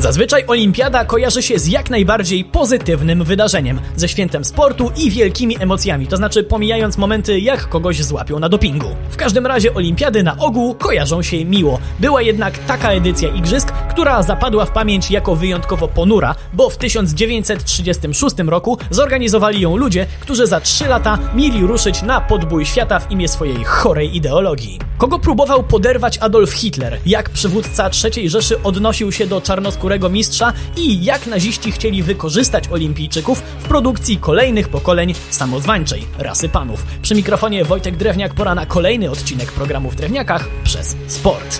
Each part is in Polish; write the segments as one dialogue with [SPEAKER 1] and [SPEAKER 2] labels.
[SPEAKER 1] Zazwyczaj olimpiada kojarzy się z jak najbardziej pozytywnym wydarzeniem, ze świętem sportu i wielkimi emocjami, to znaczy pomijając momenty, jak kogoś złapią na dopingu. W każdym razie olimpiady na ogół kojarzą się miło. Była jednak taka edycja igrzysk, która zapadła w pamięć jako wyjątkowo ponura, bo w 1936 roku zorganizowali ją ludzie, którzy za 3 lata mieli ruszyć na podbój świata w imię swojej chorej ideologii. Kogo próbował poderwać Adolf Hitler, jak przywódca III Rzeszy odnosił się do czarnoskórego mistrza i jak naziści chcieli wykorzystać olimpijczyków w produkcji kolejnych pokoleń samozwańczej rasy panów. Przy mikrofonie Wojtek Drewniak, pora na kolejny odcinek programu w Drewniakach przez sport.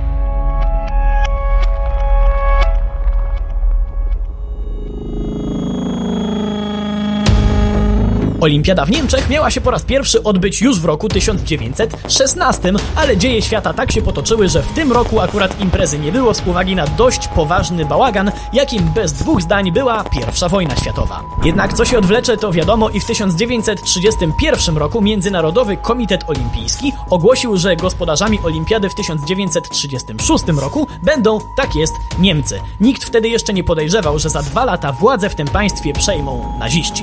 [SPEAKER 1] Olimpiada w Niemczech miała się po raz pierwszy odbyć już w roku 1916, ale dzieje świata tak się potoczyły, że w tym roku akurat imprezy nie było z uwagi na dość poważny bałagan, jakim bez dwóch zdań była I wojna światowa. Jednak co się odwlecze, to wiadomo, i w 1931 roku Międzynarodowy Komitet Olimpijski ogłosił, że gospodarzami olimpiady w 1936 roku będą, tak jest, Niemcy. Nikt wtedy jeszcze nie podejrzewał, że za 2 lata władzę w tym państwie przejmą naziści.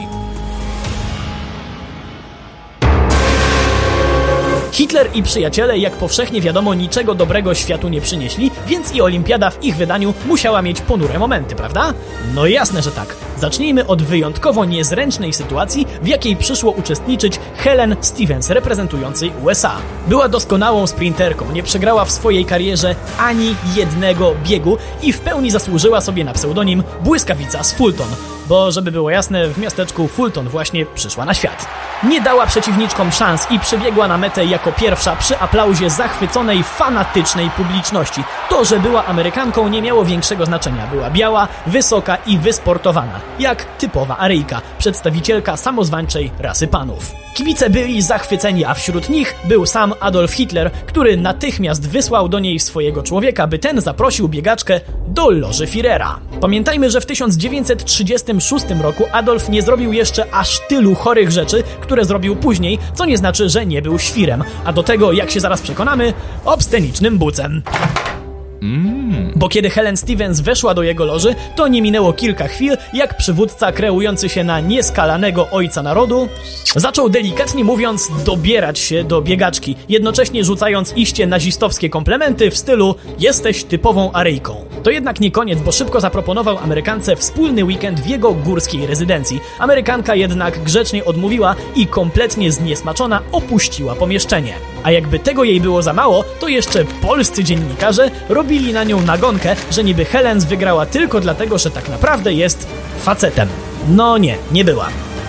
[SPEAKER 1] Hitler i przyjaciele, jak powszechnie wiadomo, niczego dobrego światu nie przynieśli, więc i olimpiada w ich wydaniu musiała mieć ponure momenty, prawda? No jasne, że tak. Zacznijmy od wyjątkowo niezręcznej sytuacji, w jakiej przyszło uczestniczyć Helen Stevens, reprezentującej USA. Była doskonałą sprinterką, nie przegrała w swojej karierze ani jednego biegu i w pełni zasłużyła sobie na pseudonim Błyskawica z Fulton, bo żeby było jasne, w miasteczku Fulton właśnie przyszła na świat. Nie dała przeciwniczkom szans i przebiegła na metę jako pierwsza przy aplauzie zachwyconej, fanatycznej publiczności. To, że była Amerykanką, nie miało większego znaczenia. Była biała, wysoka i wysportowana, jak typowa Aryjka, przedstawicielka samozwańczej rasy panów. Kibice byli zachwyceni, a wśród nich był sam Adolf Hitler, który natychmiast wysłał do niej swojego człowieka, by ten zaprosił biegaczkę do loży Führera. Pamiętajmy, że w 1936 roku Adolf nie zrobił jeszcze aż tylu chorych rzeczy, które zrobił później, co nie znaczy, że nie był świrem, a do tego, jak się zaraz przekonamy, obscenicznym bucem. Bo kiedy Helen Stevens weszła do jego loży, to nie minęło kilka chwil, jak przywódca kreujący się na nieskalanego ojca narodu zaczął, delikatnie mówiąc, dobierać się do biegaczki, jednocześnie rzucając iście nazistowskie komplementy w stylu „jesteś typową Aryjką”. To jednak nie koniec, bo szybko zaproponował Amerykance wspólny weekend w jego górskiej rezydencji. Amerykanka jednak grzecznie odmówiła i kompletnie zniesmaczona opuściła pomieszczenie. A jakby tego jej było za mało, to jeszcze polscy dziennikarze robili na nią nagonkę, że niby Helen wygrała tylko dlatego, że tak naprawdę jest facetem. No nie była.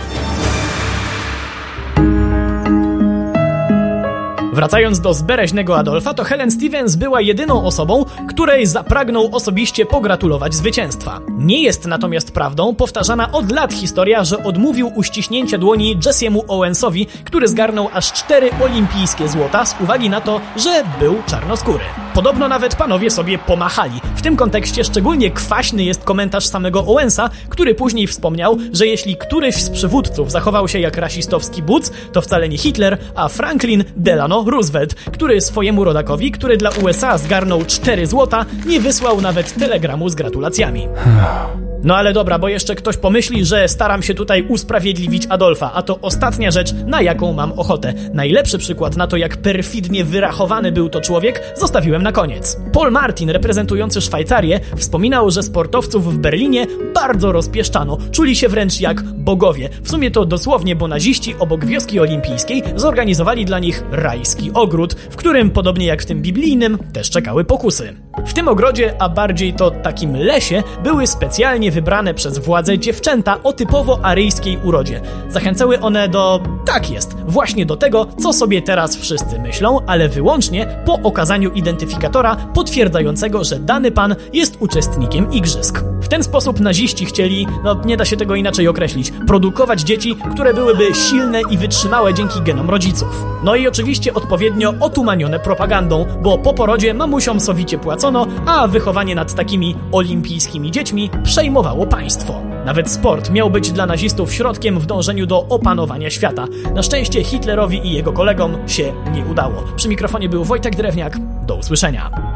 [SPEAKER 1] Wracając do zbereźnego Adolfa, to Helen Stevens była jedyną osobą, której zapragnął osobiście pogratulować zwycięstwa. Nie jest natomiast prawdą powtarzana od lat historia, że odmówił uściśnięcia dłoni Jessiemu Owensowi, który zgarnął aż 4 olimpijskie złota z uwagi na to, że był czarnoskóry. Podobno nawet panowie sobie pomachali. W tym kontekście szczególnie kwaśny jest komentarz samego Owensa, który później wspomniał, że jeśli któryś z przywódców zachował się jak rasistowski buc, to wcale nie Hitler, a Franklin Delano Roosevelt, który swojemu rodakowi, który dla USA zgarnął 4 złota, nie wysłał nawet telegramu z gratulacjami. No ale dobra, bo jeszcze ktoś pomyśli, że staram się tutaj usprawiedliwić Adolfa, a to ostatnia rzecz, na jaką mam ochotę. Najlepszy przykład na to, jak perfidnie wyrachowany był to człowiek, zostawiłem na koniec. Paul Martin, reprezentujący Szwajcarię, wspominał, że sportowców w Berlinie bardzo rozpieszczano, czuli się wręcz jak bogowie. W sumie to dosłownie, bo naziści obok wioski olimpijskiej zorganizowali dla nich rajski ogród, w którym, podobnie jak w tym biblijnym, też czekały pokusy. W tym ogrodzie, a bardziej to takim lesie, były specjalnie wybrane przez władze dziewczęta o typowo aryjskiej urodzie. Zachęcały one do, tak jest, właśnie do tego, co sobie teraz wszyscy myślą, ale wyłącznie po okazaniu identyfikatora potwierdzającego, że dany pan jest uczestnikiem igrzysk. W ten sposób naziści chcieli, nie da się tego inaczej określić, produkować dzieci, które byłyby silne i wytrzymałe dzięki genom rodziców. No i oczywiście odpowiednio otumanione propagandą, bo po porodzie mamusiom sowicie płacono, a wychowanie nad takimi olimpijskimi dziećmi przejmowało państwo. Nawet sport miał być dla nazistów środkiem w dążeniu do opanowania świata. Na szczęście Hitlerowi i jego kolegom się nie udało. Przy mikrofonie był Wojtek Drewniak. Do usłyszenia.